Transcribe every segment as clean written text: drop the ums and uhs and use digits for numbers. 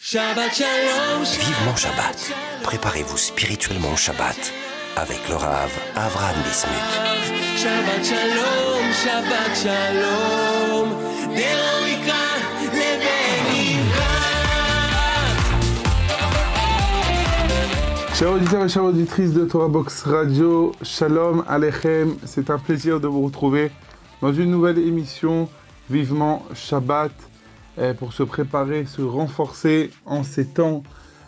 Shabbat Shalom. Vivement Shabbat. Préparez-vous spirituellement au Shabbat avec le Rav Avraham Bismuth. Shabbat Shalom, Shabbat Shalom. Déroïka, Chers auditeurs et chères auditrices de Torah Box Radio, Shalom Aleichem. C'est un plaisir de vous retrouver dans une nouvelle émission Vivement Shabbat pour se préparer, se renforcer en ces temps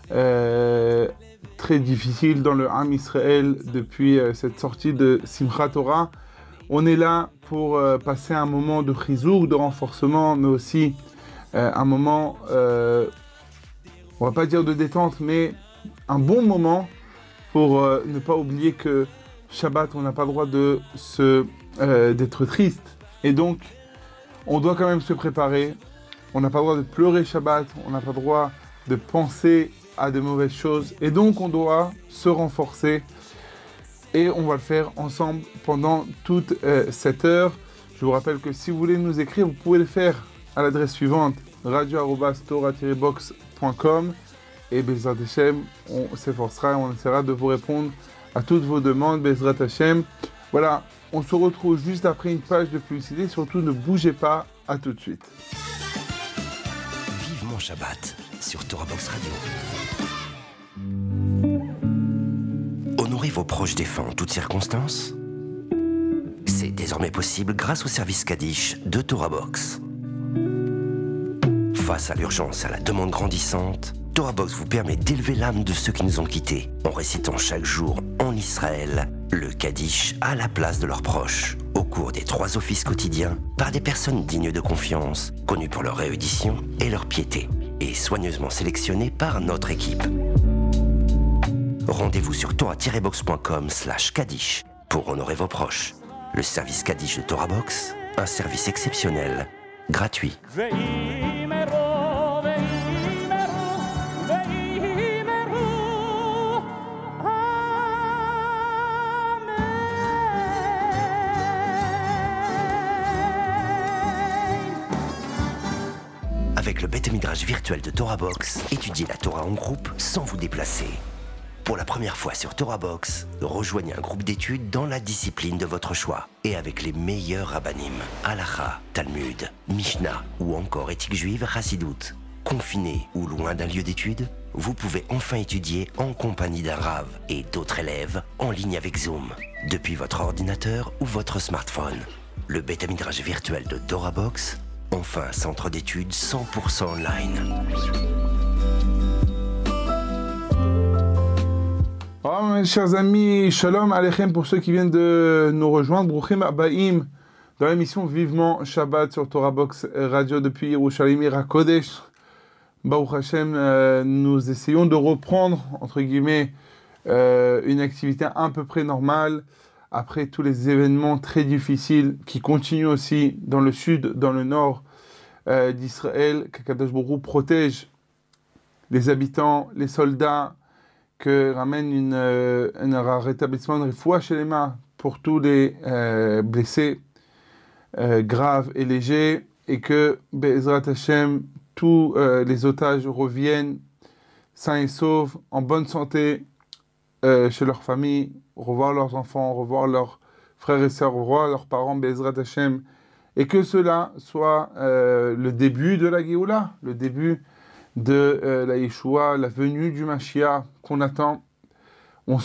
très difficiles dans le Ham Israël depuis cette sortie de Simchat Torah. On est là pour passer un moment de chizouk, de renforcement, mais aussi un moment, on va pas dire de détente, mais un bon moment pour ne pas oublier que Shabbat, on n'a pas le droit d'être triste. Et donc, on doit quand même se préparer. On n'a pas le droit de pleurer Shabbat. On n'a pas le droit de penser à de mauvaises choses. Et donc, on doit se renforcer. Et on va le faire ensemble pendant toute cette heure. Je vous rappelle que si vous voulez nous écrire, vous pouvez le faire à l'adresse suivante, radio@torah-box.com. Et Bezrat Hashem, on s'efforcera et on essaiera de vous répondre à toutes vos demandes, Bezrat Hashem. Voilà, on se retrouve juste après une page de publicité. Surtout, ne bougez pas, à tout de suite. Vivement Shabbat sur Torah Box Radio. Honorez vos proches défunts en toutes circonstances. C'est désormais possible grâce au service Kaddish de Torah Box. Face à l'urgence et à la demande grandissante, Torah Box vous permet d'élever l'âme de ceux qui nous ont quittés en récitant chaque jour en Israël le Kaddish à la place de leurs proches au cours des 3 offices quotidiens par des personnes dignes de confiance, connues pour leur érudition et leur piété et soigneusement sélectionnées par notre équipe. Rendez-vous sur torah-box.com/Kaddish pour honorer vos proches. Le service Kaddish de Torah Box, un service exceptionnel, gratuit. Avec le Beth Midrash virtuel de Torah Box, étudiez la Torah en groupe sans vous déplacer. Pour la première fois sur Torah Box, rejoignez un groupe d'études dans la discipline de votre choix et avec les meilleurs rabbanim, Halacha, Talmud, Mishnah ou encore éthique juive, Chassidut. Confiné ou loin d'un lieu d'études, vous pouvez enfin étudier en compagnie d'un Rav et d'autres élèves en ligne avec Zoom, depuis votre ordinateur ou votre smartphone. Le Beth Midrash virtuel de Torah Box, enfin un centre d'études 100% online. Oh, mes chers amis, Shalom Aleichem pour ceux qui viennent de nous rejoindre. Bruchim Abaim dans l'émission Vivement Shabbat sur Torah Box Radio depuis Yerushalayim Ira Kodesh. Baruch Hashem, nous essayons de reprendre, entre guillemets, une activité à peu près normale après tous les événements très difficiles qui continuent aussi dans le sud, dans le nord d'Israël, qu'Akadosh Baruch Hu protège les habitants, les soldats, que ramène un rétablissement de refoua shelema pour tous les blessés graves et légers, et que Be'ezrat Hashem, tous les otages reviennent sains et saufs, en bonne santé, chez leur famille, revoir leurs enfants, revoir leurs frères et sœurs, revoir leurs parents, Be'ezrat Hashem, et que cela soit le début de la Géoula, le début de la Yeshua, la venue du Mashiach qu'on attend. On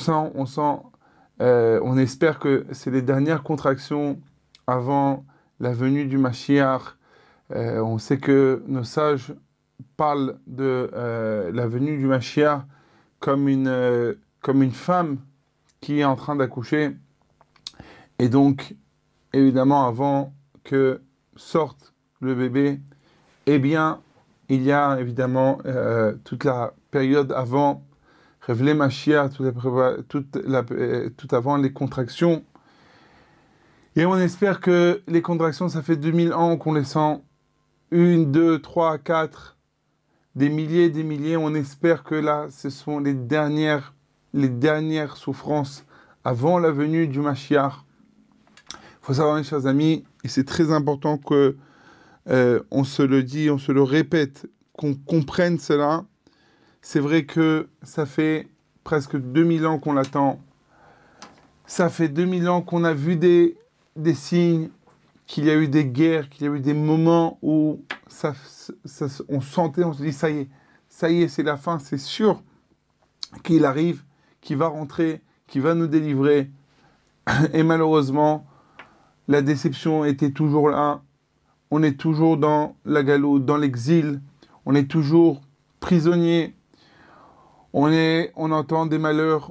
espère que c'est les dernières contractions avant la venue du Mashiach. On sait que nos sages parlent de la venue du Mashiach comme une femme qui est en train d'accoucher. Et donc, évidemment, avant que sorte le bébé, eh bien, il y a évidemment toute la période avant Révélé Mashiach, tout avant les contractions. Et on espère que les contractions, ça fait 2000 ans qu'on les sent. 1, 2, 3, 4, des milliers. On espère que là, ce sont les dernières souffrances avant la venue du Mashiach. Il faut savoir, mes chers amis, et c'est très important que on se le dit, on se le répète, qu'on comprenne cela, C'est vrai que ça fait presque 2000 ans qu'on l'attend. Ça fait 2000 ans qu'on a vu des signes, qu'il y a eu des guerres, qu'il y a eu des moments où on sentait, on se dit ça y est, c'est la fin, c'est sûr qu'il arrive, qu'il va rentrer, qu'il va nous délivrer. Et malheureusement, la déception était toujours là. On est toujours dans la galoute, dans l'exil. On est toujours prisonnier. On entend des malheurs,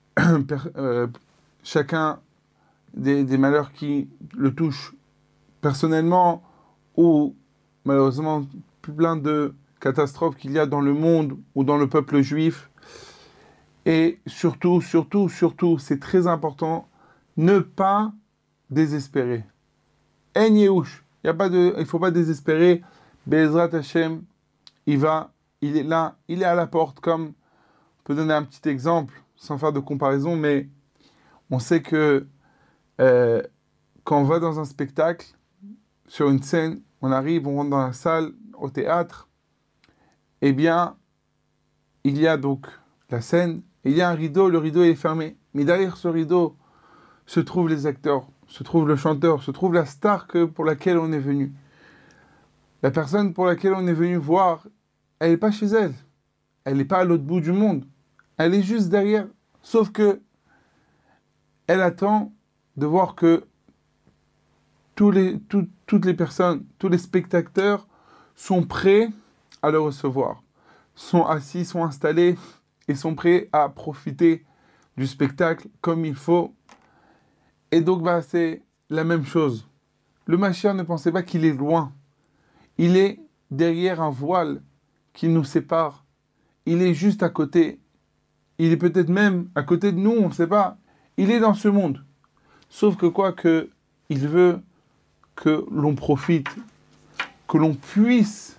chacun des malheurs qui le touchent personnellement ou malheureusement plein de catastrophes qu'il y a dans le monde ou dans le peuple juif. Et surtout, c'est très important, ne pas désespérer. En Yehush, il ne faut pas désespérer. Be'ezrat Hashem, il est là, il est à la porte. Comme on peut donner un petit exemple, sans faire de comparaison, mais on sait que quand on va dans un spectacle, sur une scène, on arrive, on rentre dans la salle, au théâtre, eh bien, il y a donc la scène, et il y a un rideau, le rideau est fermé. Mais derrière ce rideau se trouvent les acteurs, se trouve le chanteur, se trouve la star pour laquelle on est venu. La personne pour laquelle on est venu voir, elle n'est pas chez elle. Elle n'est pas à l'autre bout du monde. Elle est juste derrière. Sauf que elle attend de voir que toutes les personnes, tous les spectateurs sont prêts à le recevoir, sont assis, sont installés et sont prêts à profiter du spectacle comme il faut. Et donc, c'est la même chose. Le Mashiach, ne pensez pas qu'il est loin. Il est derrière un voile qui nous sépare. Il est juste à côté. Il est peut-être même à côté de nous, on ne sait pas. Il est dans ce monde. Sauf que il veut que l'on profite, que l'on puisse,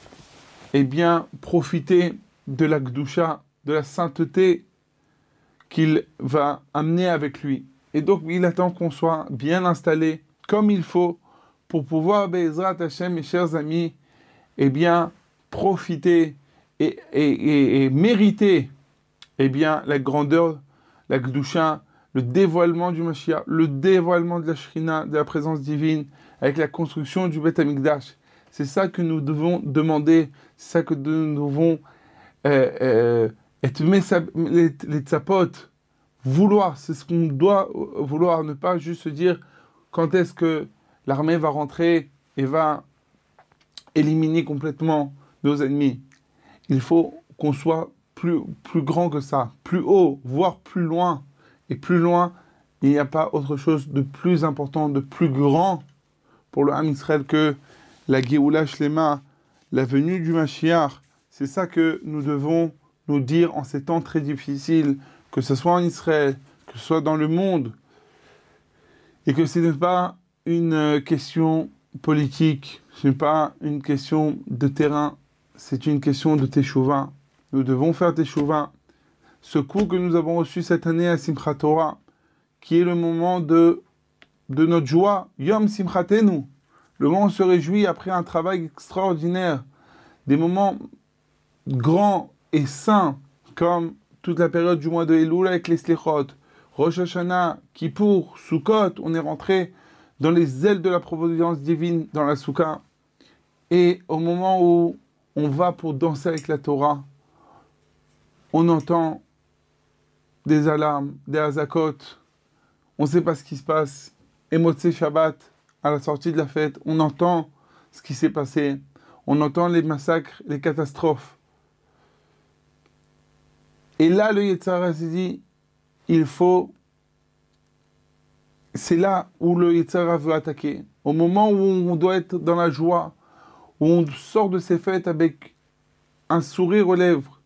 profiter de la Gdusha, de la sainteté qu'il va amener avec lui. Et donc, il attend qu'on soit bien installé, comme il faut, pour pouvoir, Be'ezrat Hashem, mes chers amis, profiter et mériter, la grandeur, la Gdusha, le dévoilement du Mashiach, le dévoilement de la Shrina, de la présence divine, avec la construction du Beth Amikdash. C'est ça que nous devons demander, c'est ça que nous devons être les tzapot, vouloir, c'est ce qu'on doit vouloir, ne pas juste se dire quand est-ce que l'armée va rentrer et va éliminer complètement nos ennemis. Il faut qu'on soit plus grand que ça, plus haut, voire plus loin. Et plus loin, il n'y a pas autre chose de plus important, de plus grand pour le Ham Israël que la Géoula Shlema, la venue du Mashiach. C'est ça que nous devons nous dire en ces temps très difficiles, que ce soit en Israël, que ce soit dans le monde, et que ce n'est pas une question politique, ce n'est pas une question de terrain, c'est une question de Teshuvah. Nous devons faire Teshuvah. Ce coup que nous avons reçu cette année à Simchat Torah, qui est le moment de notre joie, Yom Simchatenu, le moment où on se réjouit après un travail extraordinaire, des moments grands et saints, comme toute la période du mois de Elul avec les Slichot, Rosh Hashanah, Kippour, Sukkot, on est rentré dans les ailes de la providence divine dans la Soukha. Et au moment où on va pour danser avec la Torah, on entend des alarmes, des hazakot, on ne sait pas ce qui se passe. Et Motzei Shabbat, à la sortie de la fête, on entend ce qui s'est passé, on entend les massacres, les catastrophes. Et là, le Yetzer Hara s'est dit, c'est là où le Yetzer Hara veut attaquer. Au moment où on doit être dans la joie, où on sort de ces fêtes avec un sourire aux lèvres,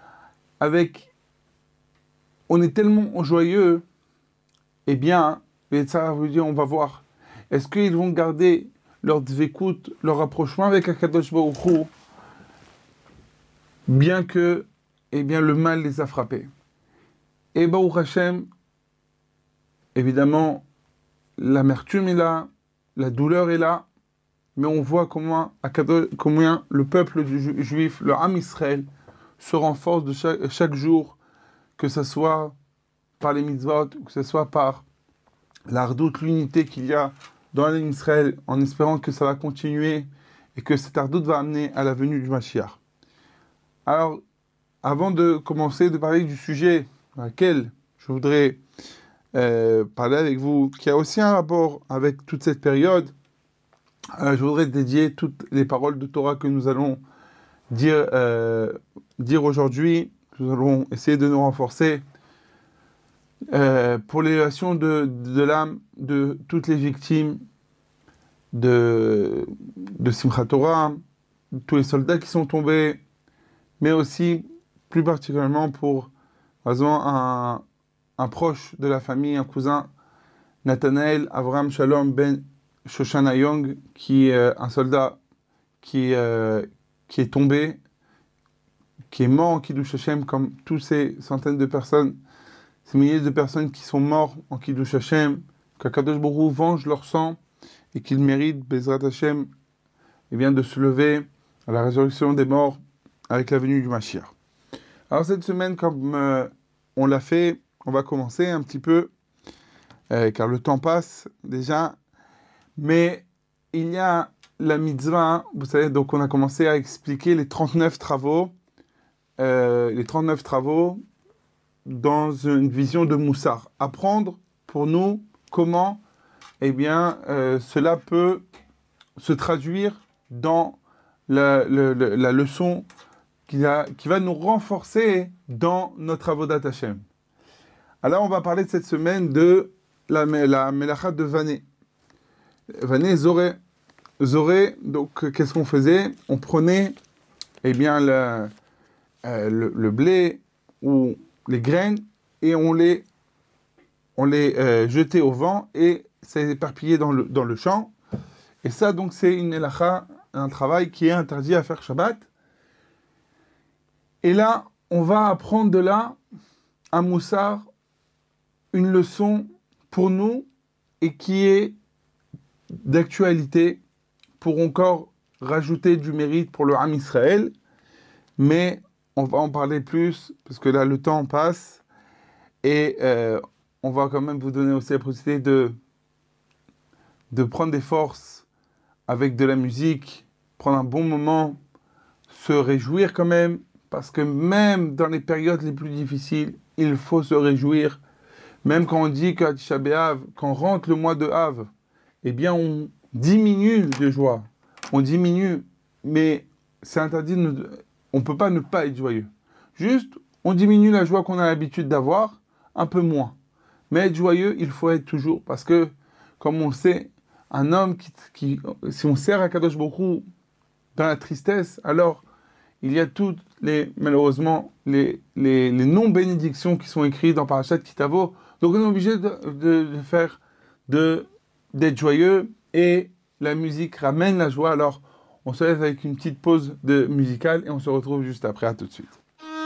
on est tellement joyeux, le Yetzer Hara veut dire, on va voir. Est-ce qu'ils vont garder leur dvekout, leur rapprochement avec Akadosh Baruch Hu, bien que le mal les a frappés. Et Baruch Hashem, évidemment, l'amertume est là, la douleur est là, mais on voit combien le peuple juif, le Ham Israël, se renforce de chaque jour, que ce soit par les mitzvot, ou que ce soit par l'ardoute, l'unité qu'il y a dans l'Israël, en espérant que ça va continuer et que cette ardoute va amener à la venue du Mashiach. Alors, avant de commencer de parler du sujet dans lequel je voudrais parler avec vous, qui a aussi un rapport avec toute cette période, je voudrais dédier toutes les paroles de Torah que nous allons dire aujourd'hui. Nous allons essayer de nous renforcer pour l'élévation de l'âme de toutes les victimes de Simchat Torah, de tous les soldats qui sont tombés, mais aussi plus particulièrement pour, par exemple, un proche de la famille, un cousin, Nathanaël Avraham Shalom Ben Shoshana Young, qui est un soldat qui est tombé, qui est mort en Kiddush Hashem, comme tous ces centaines de personnes, ces milliers de personnes qui sont morts en Kiddush Hashem, qu'Akadosh Baruch Hu venge leur sang et qu'ils méritent, Bezrat Hashem, de se lever à la résurrection des morts avec la venue du Mashiach. Alors cette semaine, comme on l'a fait, on va commencer un petit peu, car le temps passe déjà, mais il y a la mitzvah, vous savez, donc on a commencé à expliquer les 39 travaux dans une vision de Moussar. Apprendre pour nous comment cela peut se traduire dans la leçon qui va nous renforcer dans notre avodat Hashem. Alors on va parler de cette semaine de la Melacha de Vané. Vané Zoré. Zoré, donc qu'est-ce qu'on faisait? On prenait le blé ou les graines et on les jetait au vent et ça éparpillait dans le champ. Et ça, donc, c'est une halacha, un travail qui est interdit à faire Shabbat. Et là, on va apprendre de là, un moussar, une leçon pour nous et qui est d'actualité pour encore rajouter du mérite pour le Ham Israël. Mais on va en parler plus parce que là, le temps passe et on va quand même vous donner aussi la possibilité de prendre des forces avec de la musique, prendre un bon moment, se réjouir quand même, parce que même dans les périodes les plus difficiles, il faut se réjouir. Même quand on dit qu'à Tisha B'Av, quand rentre le mois de Av, on diminue de joie. On diminue, mais c'est interdit, on ne peut pas ne pas être joyeux. Juste, on diminue la joie qu'on a l'habitude d'avoir, un peu moins. Mais être joyeux, il faut être toujours, parce que, comme on le sait, un homme qui si on sert à Kadosh Baruch Hu dans la tristesse, alors il y a malheureusement, les non-bénédictions qui sont écrites dans Parashat Kitavo. Donc on est obligé d'être joyeux et la musique ramène la joie. Alors on se laisse avec une petite pause musicale et on se retrouve juste après. À tout de suite.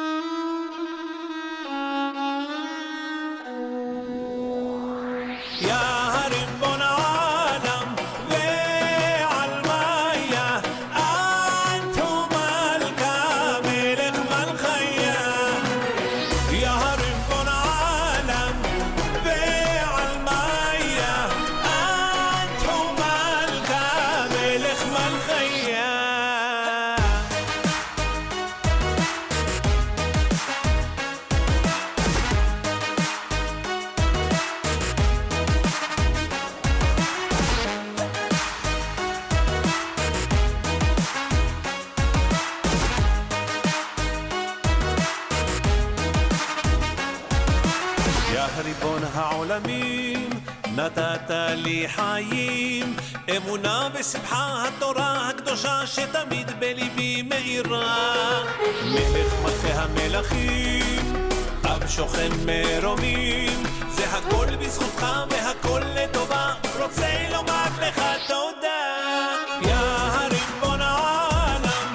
ריבון העולמים, נתת לי חיים, אמונה בשמחה התורה הקדושה שתמיד בליבי מאירה. מלך מלכי המלכים, אב שוכן מרומים, זה הכל בזכותך והכל לטובה, רוצה לומר לך תודה. יא הריבון העולם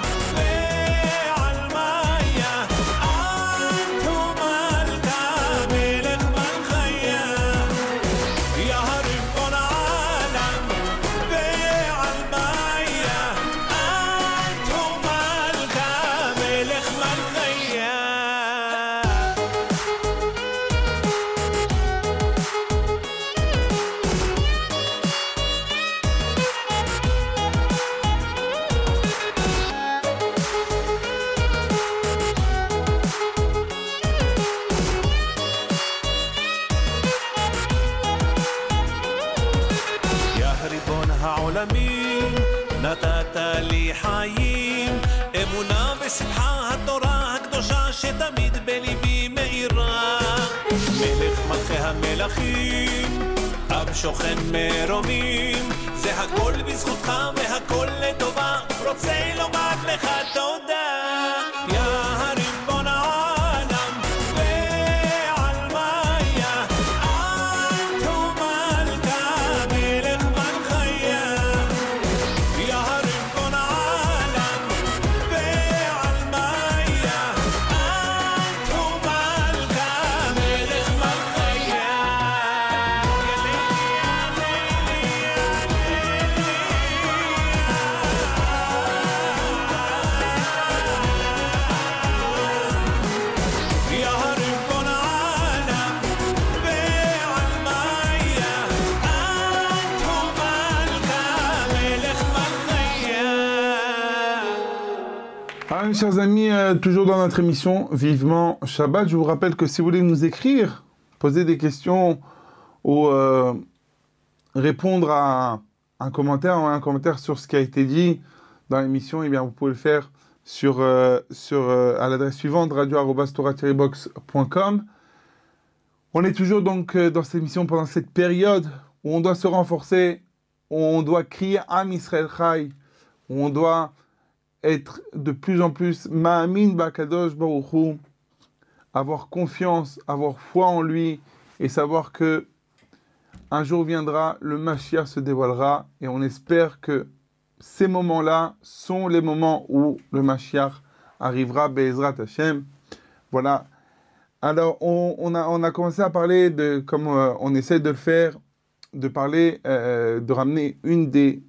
ועלמיה, אנתו מלכה מלך מלכיה. יא הריבון העולם ועלמיה, אנתו מלכה מלך מלכיה. לי חיים, אמונה ושמחה התורה הקדושה שתמיד בליבי מאירה. מלך מלכי המלכים, אב שוכן מרומים, זה הכל בזכותך והכל לטובה, רוצה לומר לך תודה. יא הריבון העולם ועלמיה, אנתו מלכה מלך מלכיה. יא הריבון העולם ועלמיה, אנתו מלכה מלך מלכיה. Alors, mes chers amis, toujours dans notre émission Vivement Shabbat, je vous rappelle que si vous voulez nous écrire, poser des questions ou répondre à un commentaire ou un commentaire sur ce qui a été dit dans l'émission, eh bien vous pouvez le faire à l'adresse suivante, radio@torah-box.com. On est toujours donc dans cette émission pendant cette période où on doit se renforcer, où on doit crier Am Israël Chai, où on doit être de plus en plus Ma'amin Bakadosh Baruch Hu, avoir confiance, avoir foi en lui et savoir que un jour viendra, le Mashiach se dévoilera et on espère que ces moments-là sont les moments où le Mashiach arrivera, Be'ezrat Hashem. Voilà. Alors, on a commencé à parler de, comme on essaie de le faire, de parler, de ramener une des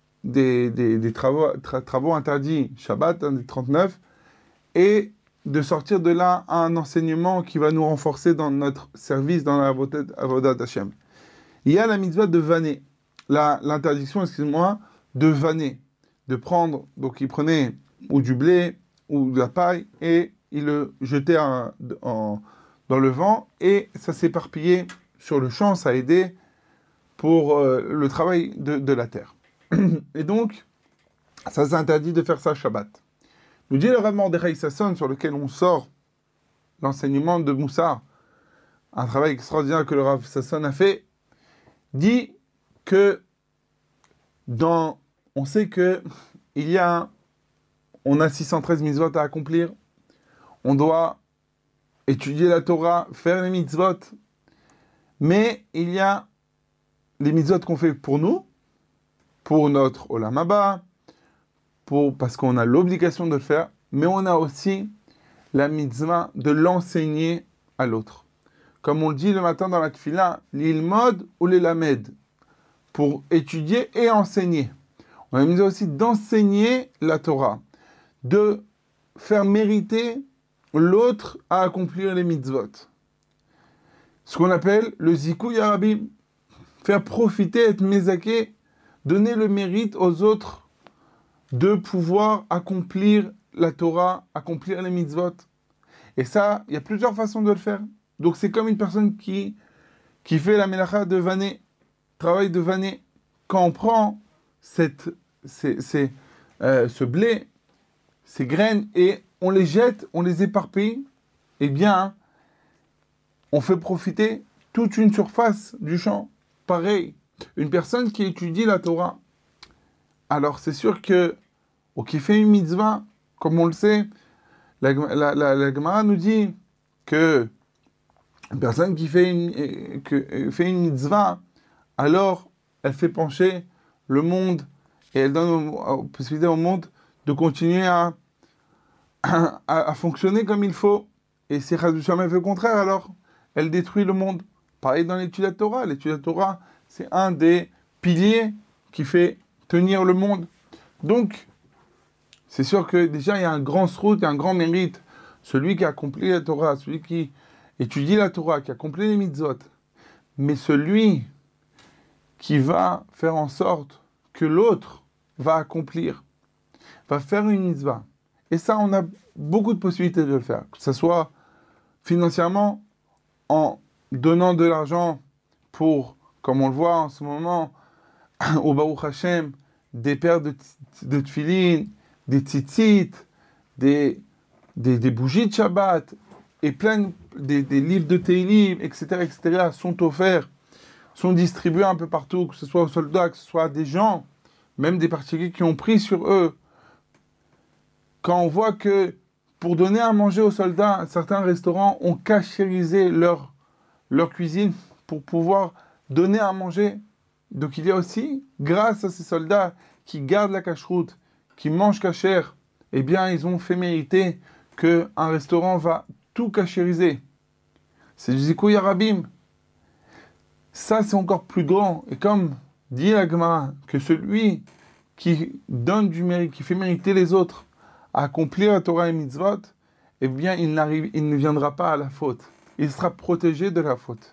travaux interdits Shabbat, des 39, et de sortir de là un enseignement qui va nous renforcer dans notre service, dans la Avodat Hashem. Il y a la mitzvah de vanner, l'interdiction, de vanner, de prendre, donc il prenait ou du blé ou de la paille et il le jetait dans le vent et ça s'éparpillait sur le champ, ça a aidé pour le travail de la terre. Et donc, ça s'interdit de faire ça Shabbat. Nous dit le Rav Mordechai Sasson, sur lequel on sort l'enseignement de Moussar, un travail extraordinaire que le Rav Sasson a fait, dit que on sait que on a 613 mitzvot à accomplir, on doit étudier la Torah, faire les mitzvot, mais il y a les mitzvot qu'on fait pour nous, pour notre Olam Haba, parce qu'on a l'obligation de le faire, mais on a aussi la mitzvah de l'enseigner à l'autre. Comme on le dit le matin dans la tefila, l'ilmod ou l'elamed, pour étudier et enseigner. On a la mitzvah aussi d'enseigner la Torah, de faire mériter l'autre à accomplir les mitzvot. Ce qu'on appelle le zikou yarabim, faire profiter, être mezaké, donner le mérite aux autres de pouvoir accomplir la Torah, accomplir les mitzvot. Et ça, il y a plusieurs façons de le faire. Donc c'est comme une personne qui fait la melacha de vanner, travail de vanner. Quand on prend ce blé, ces graines, et on les jette, on les éparpille, eh bien, on fait profiter toute une surface du champ. Pareil, une personne qui étudie la Torah, alors c'est sûr que, ou qui fait une mitzvah, comme on le sait, la Gemara nous dit que une personne qui fait une mitzvah, alors elle fait pencher le monde et elle donne possibilité au monde de continuer à fonctionner comme il faut. Et si Chas v'Shalom fait le contraire, alors elle détruit le monde. Pareil dans l'étude de la Torah. L'étude de la Torah, c'est un des piliers qui fait tenir le monde. Donc, c'est sûr que déjà, il y a un grand srout, il y a un grand mérite. Celui qui a accompli la Torah, celui qui étudie la Torah, qui a accompli les mitzvot. Mais celui qui va faire en sorte que l'autre va accomplir, va faire une mitzvah. Et ça, on a beaucoup de possibilités de le faire. Que ce soit financièrement, en donnant de l'argent pour, comme on le voit en ce moment, au Baruch Hashem, des paires de tefilines, des tzitzit, des bougies de Shabbat, et des livres de Teilim, etc., sont offerts, sont distribués un peu partout, que ce soit aux soldats, que ce soit à des gens, même des particuliers qui ont pris sur eux. Quand on voit que pour donner à manger aux soldats, certains restaurants ont cachérisé leur cuisine pour pouvoir donner à manger. Donc il y a aussi, grâce à ces soldats qui gardent la cacheroute, qui mangent cachère, eh bien ils ont fait mériter qu'un restaurant va tout cachériser. C'est du Zikouï Arabim. Ça c'est encore plus grand. Et comme dit la Gemara, que celui qui donne du mérite, qui fait mériter les autres à accomplir la Torah et Mitzvot, eh bien il ne viendra pas à la faute. Il sera protégé de la faute.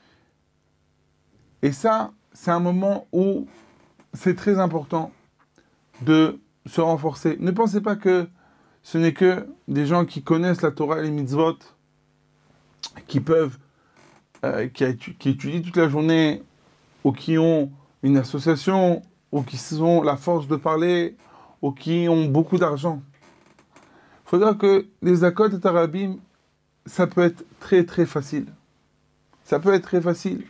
Et ça, c'est un moment où c'est très important de se renforcer. Ne pensez pas que ce n'est que des gens qui connaissent la Torah et les Mitzvot, qui étudient toute la journée, ou qui ont une association, ou qui ont la force de parler, ou qui ont beaucoup d'argent. Il faudra que les Zakot et Tarabim, ça peut être très très facile. Ça peut être très facile.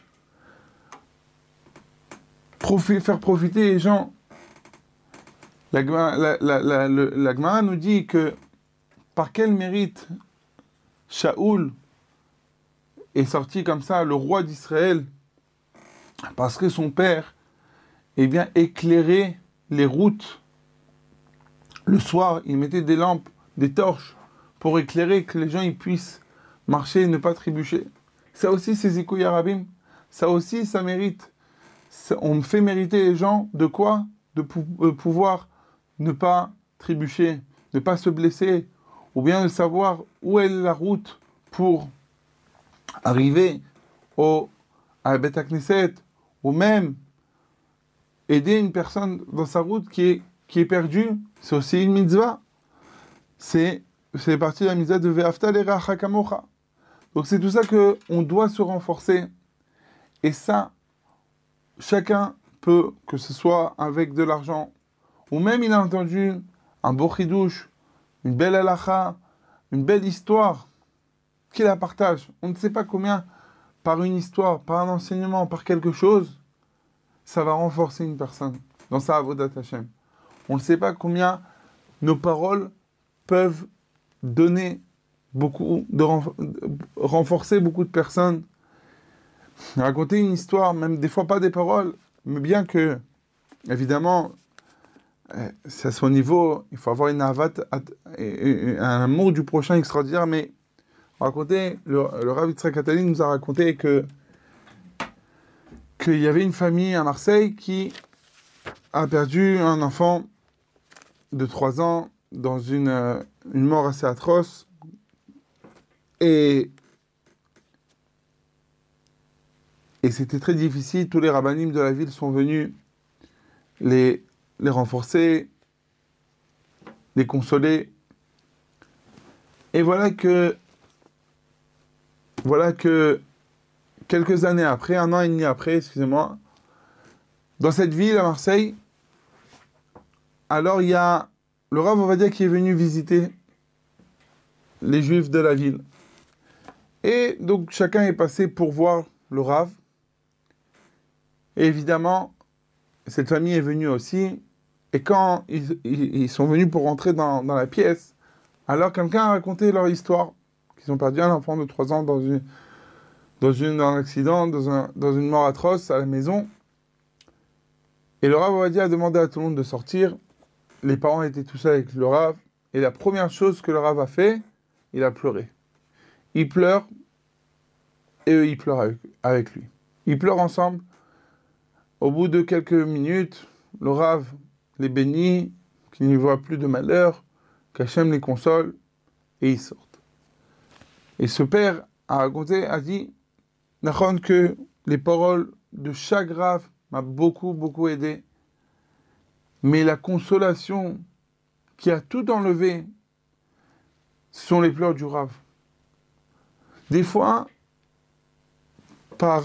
Faire profiter les gens. La Gemara nous dit que par quel mérite Shaoul est sorti comme ça, le roi d'Israël, parce que son père, eh bien, éclairait les routes. Le soir, il mettait des lampes, des torches, pour éclairer, que les gens ils puissent marcher et ne pas trébucher. Ça aussi, c'est Zikouï Arabim. Ça aussi, ça mérite. On fait mériter les gens de quoi? De pouvoir ne pas trébucher, ne pas se blesser, ou bien de savoir où est la route pour arriver à Bet HaKnesset, ou même aider une personne dans sa route qui est perdue. C'est aussi une mitzvah. C'est partie de la mitzvah de Ve'afta l'eracha kamocha. Donc c'est tout ça qu'on doit se renforcer. Et ça, chacun peut, que ce soit avec de l'argent, ou même il a entendu un beau chidouche, une belle halacha, une belle histoire, qu'il la partage. On ne sait pas combien, par une histoire, par un enseignement, par quelque chose, ça va renforcer une personne dans sa avodat Hashem. On ne sait pas combien nos paroles peuvent donner beaucoup, renforcer beaucoup de personnes. Raconter une histoire, même des fois pas des paroles, mais bien que, évidemment, c'est à son niveau, il faut avoir une avat, un amour du prochain extraordinaire, mais raconter, le Rav Yitzhak Katani nous a raconté qu'il y avait une famille à Marseille qui a perdu un enfant de 3 ans dans une mort assez atroce, et c'était très difficile. Tous les rabbinim de la ville sont venus les renforcer, les consoler. Et voilà que quelques années après, 1 an et demi après, excusez-moi, dans cette ville à Marseille, alors il y a le Rav Ovadia qui est venu visiter les Juifs de la ville. Et donc chacun est passé pour voir le Rav. Et évidemment, cette famille est venue aussi. Et quand ils sont venus pour rentrer dans la pièce, alors quelqu'un a raconté leur histoire, qu'ils ont perdu un enfant de 3 ans dans un accident, dans une mort atroce à la maison. Et le Rav Ovadia a demandé à tout le monde de sortir. Les parents étaient tous avec le Rav. Et la première chose que le Rav a fait, il a pleuré. Il pleure, et eux, ils pleurent avec lui. Ils pleurent ensemble. Au bout de quelques minutes, le Rav les bénit, qu'il n'y voit plus de malheur, qu'Hachem les console, et ils sortent. Et ce père a dit, Nachon, que les paroles de chaque Rav m'a beaucoup, beaucoup aidé, mais la consolation qui a tout enlevé, ce sont les pleurs du Rav. Des fois, par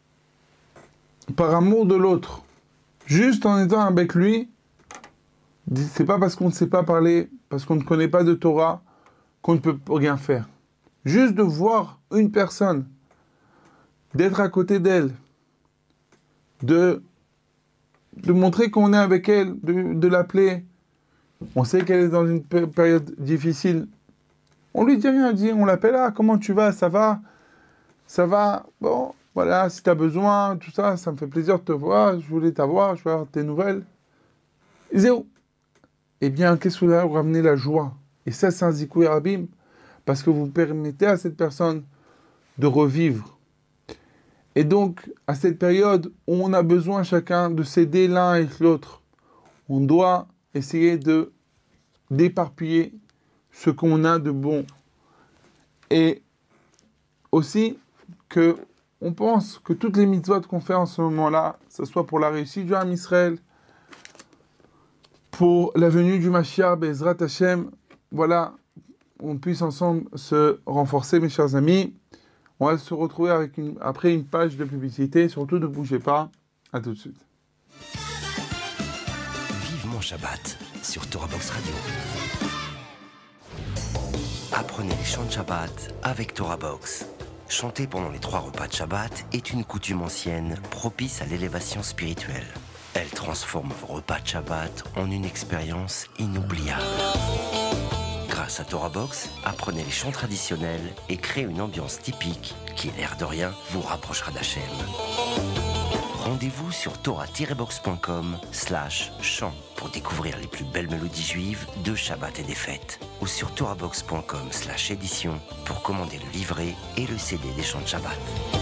amour de l'autre, juste en étant avec lui, C'est pas parce qu'on ne sait pas parler, parce qu'on ne connaît pas de Torah, qu'on ne peut rien faire. Juste de voir une personne, d'être à côté d'elle, de montrer qu'on est avec elle, de l'appeler. On sait qu'elle est dans une période difficile. On lui dit rien, on l'appelle, ah, comment tu vas, ça va, bon, voilà, si tu as besoin, tout ça, ça me fait plaisir de te voir, je voulais t'avoir, je veux avoir tes nouvelles. Zéro. Eh bien, qu'est-ce que vous allez ramener la joie? Et ça, c'est un zikouï rabim, parce que vous permettez à cette personne de revivre. Et donc, à cette période où on a besoin chacun de s'aider l'un et l'autre, on doit essayer d'éparpiller ce qu'on a de bon. Et aussi que on pense que toutes les mitzvot qu'on fait en ce moment-là, ce soit pour la réussite du Ham Israël, pour la venue du Mashiach, Bezrat Hashem, voilà, on puisse ensemble se renforcer, mes chers amis. On va se retrouver après une page de publicité. Surtout, ne bougez pas. À tout de suite. Vivement Shabbat sur Torah Box Radio. Apprenez les chants de Shabbat avec Torah Box. Chanter pendant les 3 repas de Shabbat est une coutume ancienne propice à l'élévation spirituelle. Elle transforme vos repas de Shabbat en une expérience inoubliable. Grâce à Torah Box, apprenez les chants traditionnels et créez une ambiance typique qui, l'air de rien, vous rapprochera d'Hachem. Rendez-vous sur torah-box.com/chant pour découvrir les plus belles mélodies juives de Shabbat et des fêtes, ou sur torahbox.com/édition pour commander le livret et le CD des chants de Shabbat.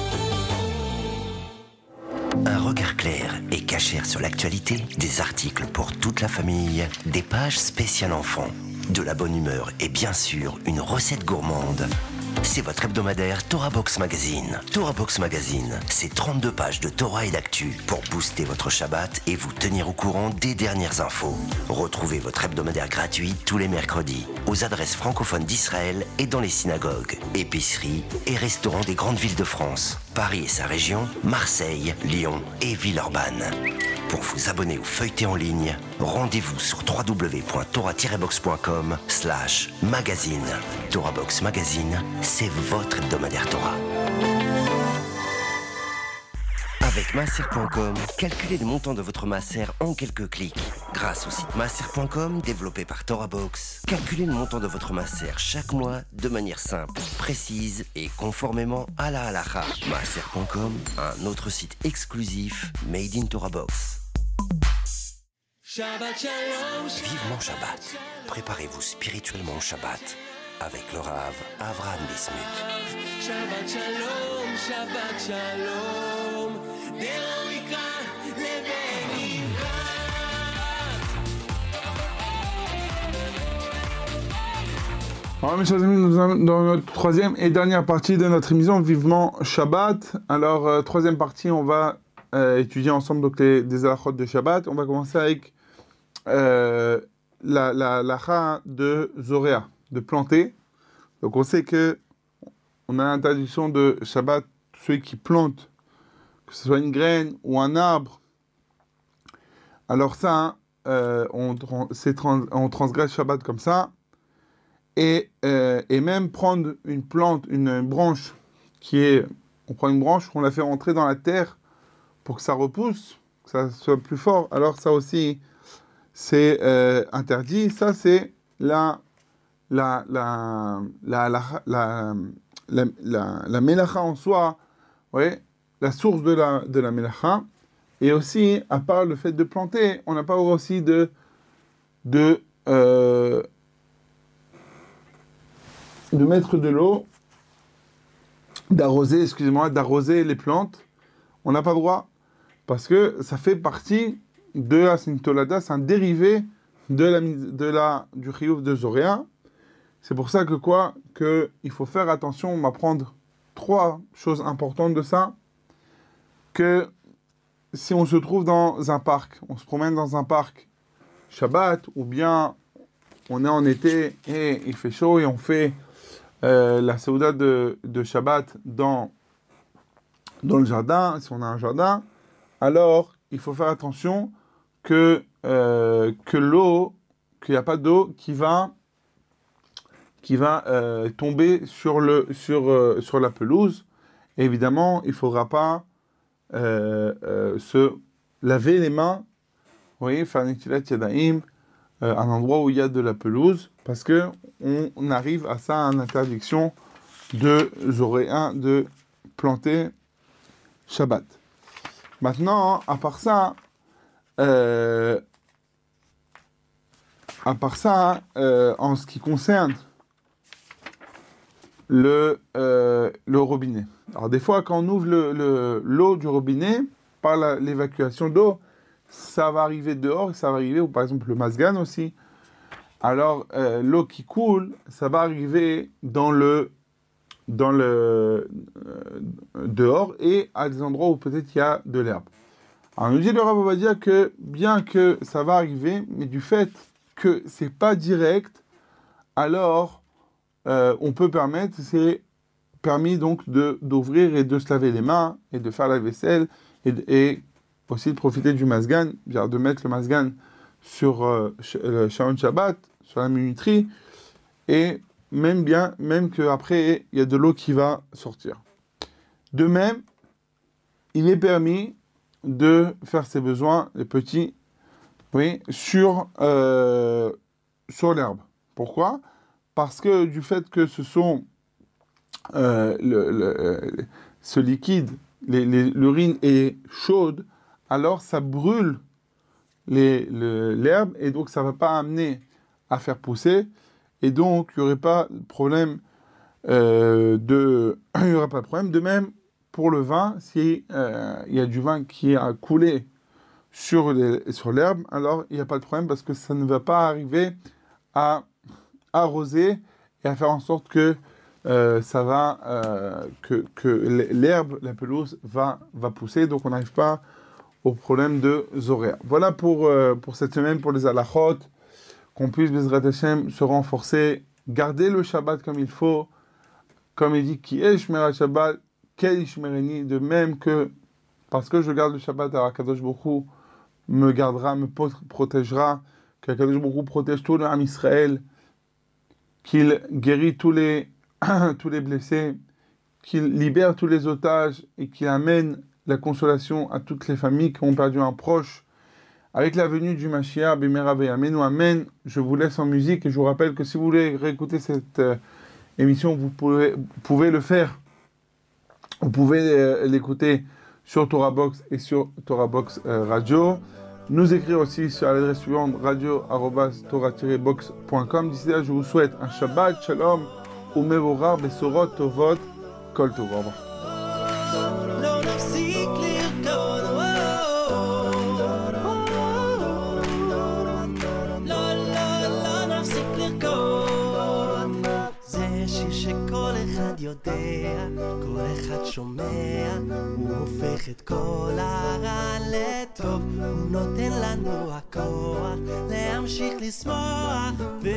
Un regard clair et cachère sur l'actualité, des articles pour toute la famille, des pages spéciales enfants, de la bonne humeur et bien sûr une recette gourmande. C'est votre hebdomadaire Torah Box Magazine. Torah Box Magazine, c'est 32 pages de Torah et d'actu pour booster votre Shabbat et vous tenir au courant des dernières infos. Retrouvez votre hebdomadaire gratuit tous les mercredis aux adresses francophones d'Israël et dans les synagogues, épiceries et restaurants des grandes villes de France, Paris et sa région, Marseille, Lyon et Villeurbanne. Pour vous abonner ou feuilleter en ligne, rendez-vous sur www.torah-box.com/magazine. Torah Box Magazine, c'est votre hebdomadaire Torah. Avec Maaser.com, calculez le montant de votre Maaser en quelques clics. Grâce au site Maaser.com, développé par Torah Box, calculez le montant de votre Maaser chaque mois de manière simple, précise et conformément à la halakha. Maaser.com, un autre site exclusif made in Torah Box. Vivement Shabbat. Préparez-vous spirituellement au Shabbat avec le Rav Avraham Bismuth. Shabbat shalom, Shabbat shalom, Deroika Leveira. Alors, mes chers amis, nous sommes dans notre troisième et dernière partie de notre émission Vivement Shabbat. Alors, troisième partie, on va étudier ensemble donc, des halachot de Shabbat. On va commencer avec la halakha de Zoréa, de planter. Donc on sait que on a l'interdiction de Shabbat, ceux qui plantent, que ce soit une graine ou un arbre. Alors ça, on transgresse Shabbat comme ça. Et même prendre une plante, une branche, on prend une branche, on la fait rentrer dans la terre pour que ça repousse, que ça soit plus fort. Alors ça aussi, c'est interdit. Ça, c'est la mélacha en soi, ouais, la source de la mélacha. Et aussi, à part le fait de planter, on n'a pas aussi de mettre de l'eau, d'arroser les plantes. On n'a pas le droit, parce que ça fait partie de la Sintolada, c'est un dérivé du chiyuv de Zoréa. C'est pour ça que il faut faire attention, on va prendre 3 choses importantes de ça. Que si on se trouve dans un parc, on se promène dans un parc Shabbat, ou bien on est en été et il fait chaud et on fait la Seuda de Shabbat dans le jardin, si on a un jardin, alors il faut faire attention que l'eau qu'il n'y a pas d'eau qui va tomber sur la pelouse. Et évidemment, il ne faudra pas se laver les mains, vous voyez, faire netilat yadayim, un endroit où il y a de la pelouse, parce que on arrive à ça, à une interdiction de Zoréen de planter Shabbat. Maintenant, à part ça, en ce qui concerne le robinet. Alors des fois, quand on ouvre l'eau du robinet, par l'évacuation d'eau, ça va arriver dehors, ça va arriver, ou par exemple le masgan aussi. Alors l'eau qui coule, ça va arriver dans le dehors et à des endroits où peut-être il y a de l'herbe. Alors nous dit le Rav Ovadia que bien que ça va arriver, mais du fait que c'est pas direct, alors on peut c'est permis donc d'ouvrir et de se laver les mains et de faire la vaisselle et aussi de profiter du masgan, de mettre le masgan sur le Shaon Shabbat, sur la minuterie, et même qu'après il y a de l'eau qui va sortir. De même, il est permis de faire ses besoins, les petits, sur l'herbe. Pourquoi ? Parce que du fait que ce sont ce liquide, l'urine est chaude, alors ça brûle l'herbe et donc ça ne va pas amener à faire pousser et donc il n'y aurait pas de problème de même pour le vin, si il y a du vin qui a coulé sur l'herbe, alors il n'y a pas de problème parce que ça ne va pas arriver à arroser et à faire en sorte que l'herbe, la pelouse va pousser, donc on n'arrive pas au problème de Zoréa. Voilà pour cette semaine, pour les halachot, qu'on puisse, Bezrat Hashem, se renforcer, garder le Shabbat comme il faut, comme il dit, qui est Shmerat Shabbat, quel Shmereni, de même que, parce que je garde le Shabbat, alors Kadosh Baruch Hu me gardera, me protégera, que Kadosh Baruch Hu protège tout le Ham Israël, qu'il guérit tous les blessés, qu'il libère tous les otages et qu'il amène la consolation à toutes les familles qui ont perdu un proche. Avec la venue du Mashiach, Bimera Veyamenu, Amen. Je vous laisse en musique et je vous rappelle que si vous voulez réécouter cette émission, vous pouvez le faire. Vous pouvez l'écouter sur Torah Box et sur Torah Box Radio. Nous écrire aussi sur l'adresse suivante radio@torah-box.com. D'ici là, je vous souhaite un Shabbat, Shalom, Umevorar, Besorot, Tovot, Kol Tov. Au revoir. יודע, כל אחד שומע, הוא הופך את כל הרע לטוב, הוא נותן לנו הכוח להמשיך לשמוח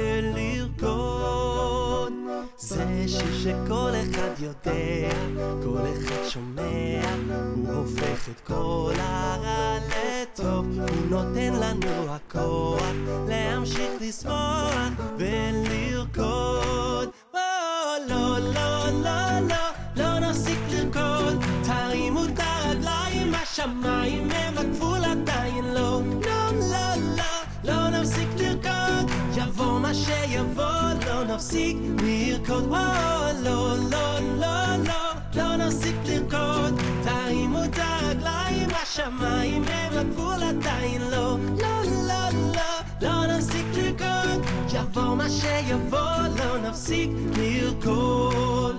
ולרקוד. זה שיר שכל אחד יודע, כל אחד שומע, הוא הופך את כל הרע לטוב, הוא נותן לנו הכוח להמשיך לשמוח ולרקוד. לא, לא, לא, לא, לא נפסיק לרקוד, תרימו את הרגליים, השמיים הם הגבול עדיין לא. לא, לא, לא, לא נפסיק לרקוד, יבוא מה שיבוא, לא נפסיק לרקוד. לא, לא, לא, לא, לא נפסיק לרקוד, תרימו את הרגליים, השמיים הם הגבול עדיין לא. לא, לא, לא, לא נפסיק לרקוד, יבוא מה שיבוא, לא נפסיק לרקוד.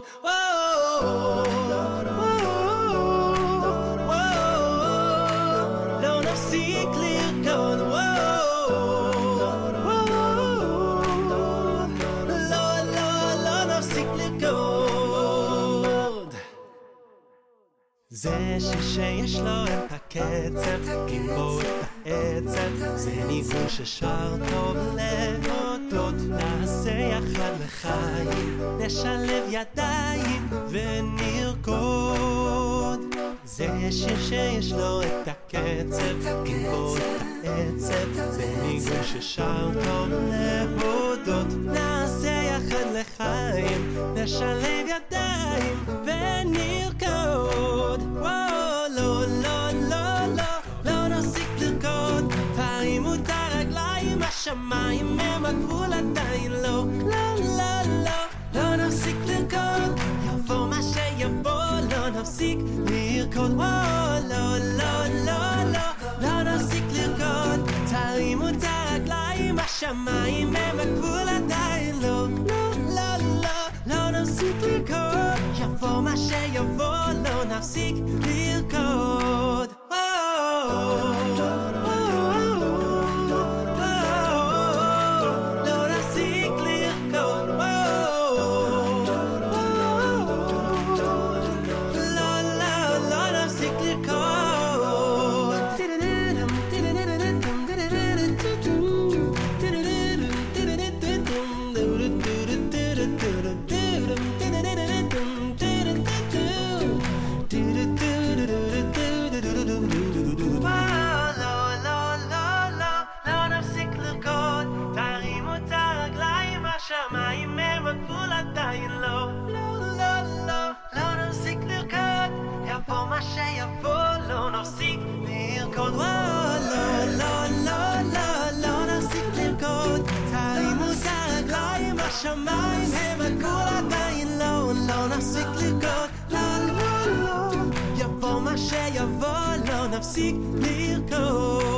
לא נפסיק לרקוד. לא נפסיק לרקוד. זה שיש לו את הקצב, עם בו את העצב, זה ניגון ששר טוב להודות. נעשה יחד לחיים, נשלב ידיים ונרקוד. זה שיר שיש לו את הקצב, עם בו את העצב, זה ניגון ששר טוב להודות. נעשה יחד לחיים, נשלב ידיים ונרקוד. וואו, לא, לא, לא, לא, לא נפסיק לרקוד. תרימו את הרגליים, השמיים הם הגבול עדיין לא. לא, לא, לא, לא נפסיק לרקוד. יבוא מה שיבוא, לא נפסיק לרקוד. וואו, לא, לא, לא, לא, לא נפסיק לרקוד. תרימו את הרגליים, השמיים הם הגבול עדיין לא. לא, לא, לא, לא נפסיק לרקוד. יבוא מה שיבוא, לא נפסיק לרקוד. השמיים הם הגבול עדיין לא. לא, לא, לא, לא נפסיק לרקוד. יבוא מה שיבוא, לא נפסיק לרקוד. וואו, לא, לא, לא, לא, לא נפסיק לרקוד. תרימו את הרגליים, השמיים הם הגבול עדיין לא. לא נפסיק לרקוד. לא, לא, לא, יבוא מה שיבוא, לא נפסיק לרקוד.